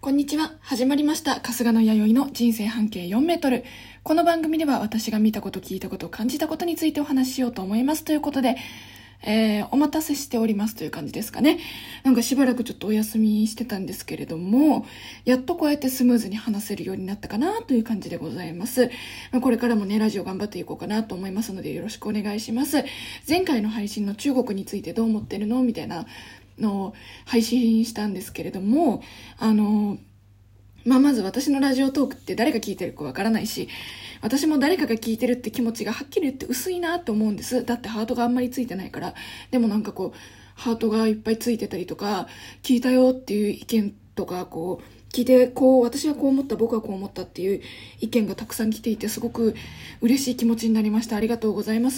こんにちは。始まりました。春日の弥生の人生半径4メートル。この番組では私が見たこと、聞いたこと、感じたことについてお話ししようと思います。ということで、お待たせしておりますという感じですかね。なんかしばらくちょっとお休みしてたんですけれども、やっとこうやってスムーズに話せるようになったかなという感じでございます。これからもね、ラジオ頑張っていこうかなと思いますのでよろしくお願いします。前回の配信の中国についてどう思ってるのみたいなのを配信したんですけれども、まず私のラジオトークって誰が聞いてるかわからないし、私も誰かが聞いてるって気持ちがはっきり言って薄いなと思うんです。だってハートがあんまりついてないから。でもなんかこう、ハートがいっぱいついてたりとか、聞いたよっていう意見とか、こう、聞いて、こう、私はこう思った、僕はこう思ったっていう意見がたくさん来ていて、すごく嬉しい気持ちになりました。ありがとうございます。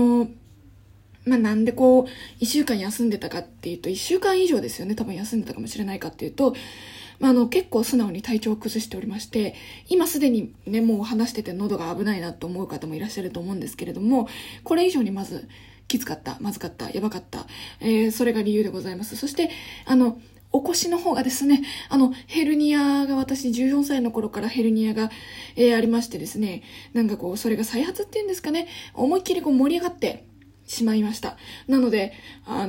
なんでこう、一週間休んでたかっていうと、一週間以上ですよね。多分休んでたかもしれないかっていうと、結構素直に体調を崩しておりまして、今すでにね、もう話してて喉が危ないなと思う方もいらっしゃると思うんですけれども、これ以上にまず、きつかった、まずかった、やばかった、それが理由でございます。そして、お腰の方がですね、ヘルニアが私14歳の頃からヘルニアが、ありましてですね、なんかこう、それが再発っていうんですかね、思いっきりこう盛り上がってしまいました。なので、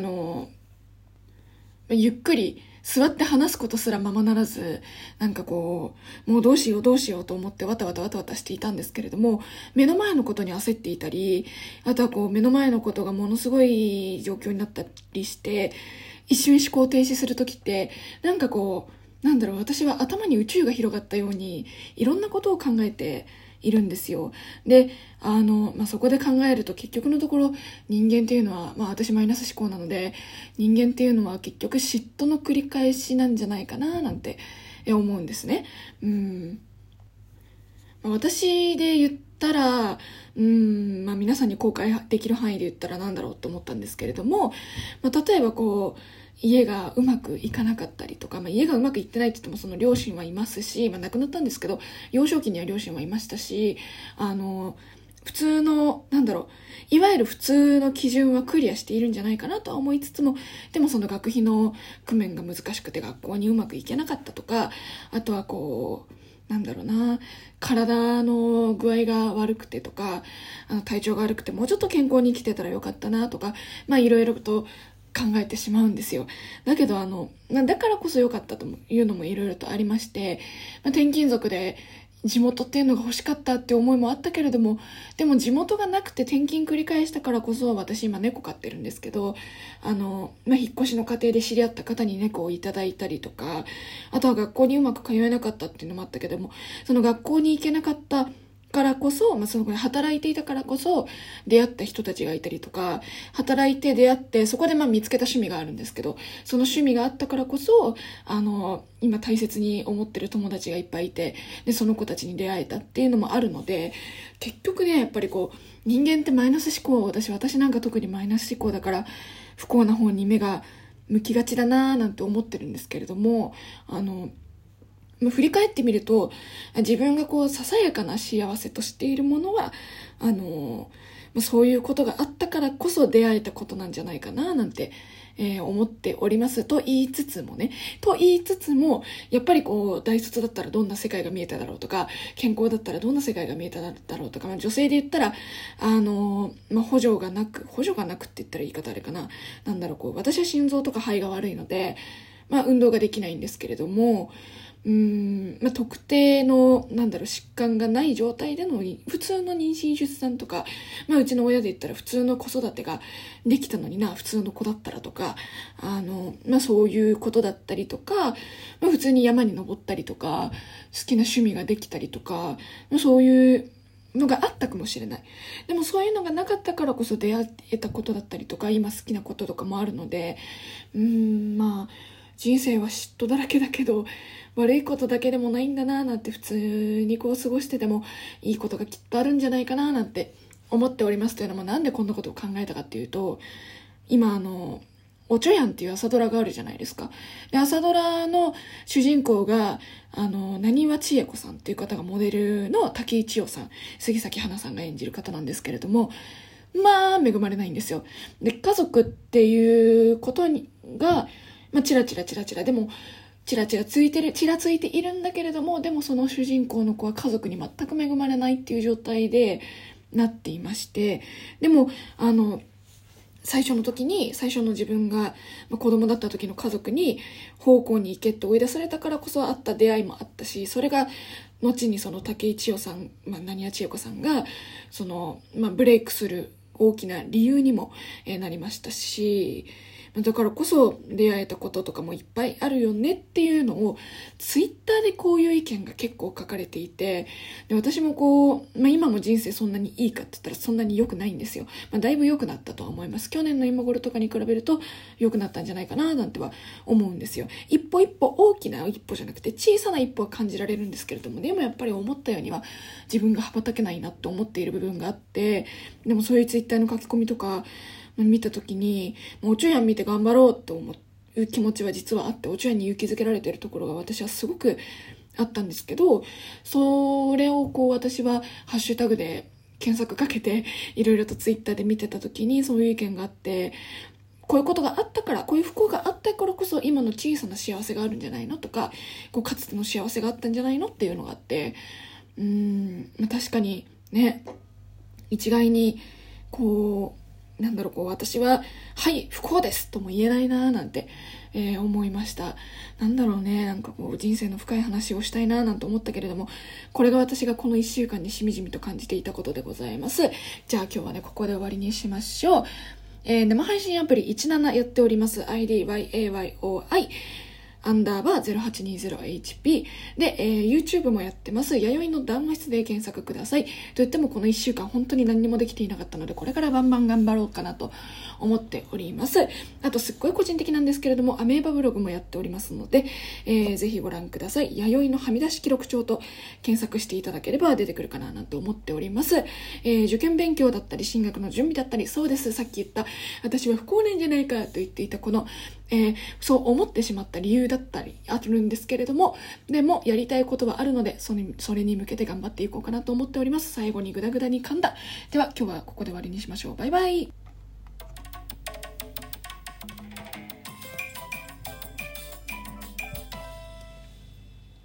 ゆっくり座って話すことすらままならず、なんかこう、もうどうしようどうしようと思ってわたわたしていたんですけれども、目の前のことに焦っていたり、あとはこう目の前のことがものすごい状況になったりして、一瞬思考停止するときって、なんかこう、私は頭に宇宙が広がったように、いろんなことを考えているんですよ。で、そこで考えると結局のところ人間っていうのは、私マイナス思考なので、人間っていうのは結局嫉妬の繰り返しなんじゃないかななんて思うんですね。私で言ったら、皆さんに公開できる範囲で言ったらなんだろうと思ったんですけれども、例えばこう、家がうまくいかなかったりとか、家がうまくいってないって言ってもその両親はいますし、亡くなったんですけど、幼少期には両親はいましたし、普通の、いわゆる普通の基準はクリアしているんじゃないかなとは思いつつも、でもその学費の工面が難しくて学校にうまくいけなかったとか、あとはこう、体の具合が悪くてとか、体調が悪くてもうちょっと健康に生きてたらよかったなとか、いろいろと考えてしまうんですよ。だけどだからこそ良かったというのもいろいろとありまして、転勤族で地元っていうのが欲しかったって思いもあったけれども、でも地元がなくて転勤繰り返したからこそ、私今猫飼ってるんですけど、引っ越しの過程で知り合った方に猫をいただいたりとか、あとは学校にうまく通えなかったっていうのもあったけども、その学校に行けなかったからこそ、その働いていたからこそ出会った人たちがいたりとか、働いて出会ってそこで見つけた趣味があるんですけど、その趣味があったからこそ今大切に思ってる友達がいっぱいいて、でその子たちに出会えたっていうのもあるので、結局ね、やっぱりこう人間ってマイナス思考、私なんか特にマイナス思考だから不幸な方に目が向きがちだなーなんて思ってるんですけれども、振り返ってみると、自分がこうささやかな幸せとしているものはそういうことがあったからこそ出会えたことなんじゃないかななんて、思っておりますと言いつつもやっぱりこう大卒だったらどんな世界が見えただろうとか、健康だったらどんな世界が見えただろうとか、女性で言ったら補助がなくって言ったら言い方あれかな、私は心臓とか肺が悪いので、運動ができないんですけれども、特定の疾患がない状態での普通の妊娠出産とか、うちの親で言ったら普通の子育てができたのに普通の子だったらとか、そういうことだったりとか、普通に山に登ったりとか、好きな趣味ができたりとか、そういうのがあったかもしれない。でもそういうのがなかったからこそ出会えたことだったりとか、今好きなこととかもあるので、人生は嫉妬だらけだけど悪いことだけでもないんだななんて、普通にこう過ごしててもいいことがきっとあるんじゃないかななんて思っております。というのも、なんでこんなことを考えたかっていうと、今おちょやんっていう朝ドラがあるじゃないですか。で、朝ドラの主人公がなにわ千恵子さんっていう方がモデルの竹井千代さん、杉咲花さんが演じる方なんですけれども、恵まれないんですよ。で、家族っていうことがチラチラでもちらついているんだけれども、でもその主人公の子は家族に全く恵まれないっていう状態でなっていまして、でも最初の自分が子供だった時の家族に奉公に行けって追い出されたからこそあった出会いもあったし、それが後にその武井千代さん、浪谷千代子さんがブレイクする大きな理由にもなりましたし、だからこそ出会えたこととかもいっぱいあるよねっていうのをツイッターでこういう意見が結構書かれていて、で私も今も人生そんなにいいかって言ったらそんなに良くないんですよ。だいぶ良くなったとは思います。去年の今頃とかに比べると良くなったんじゃないかななんては思うんですよ。一歩一歩、大きな一歩じゃなくて小さな一歩は感じられるんですけれども、でもやっぱり思ったようには自分が羽ばたけないなって思っている部分があって、でもそういうツイッターの書き込みとか見た時におちょやん見て頑張ろうと思う気持ちは実はあって、おちょやんに勇気づけられているところが私はすごくあったんですけど、それを私はハッシュタグで検索かけていろいろとツイッターで見てた時にそういう意見があって、こういうことがあったから、こういう不幸があったからこそ今の小さな幸せがあるんじゃないのとか、かつての幸せがあったんじゃないのっていうのがあって、確かにね、一概に私ははい不幸ですとも言えないななんて、思いました。人生の深い話をしたいななんて思ったけれども、これが私がこの1週間にしみじみと感じていたことでございます。じゃあ今日はねここで終わりにしましょう。生配信アプリ17やっております。 IDYAYOI _0820HP で、YouTube もやってます。弥生の談話室で検索ください。といってもこの1週間本当に何にもできていなかったので、これからバンバン頑張ろうかなと思っております。あとすっごい個人的なんですけれども、アメーバブログもやっておりますので、ぜひご覧ください。弥生のはみ出し記録帳と検索していただければ出てくるかななんて思っております。受験勉強だったり進学の準備だったり、そうです、さっき言った私は不幸なんじゃないかと言っていたこのそう思ってしまった理由だったりあるんですけれども、でもやりたいことはあるのでそれに向けて頑張っていこうかなと思っております。最後にグダグダに噛んだ。では今日はここで終わりにしましょう。バイバイ。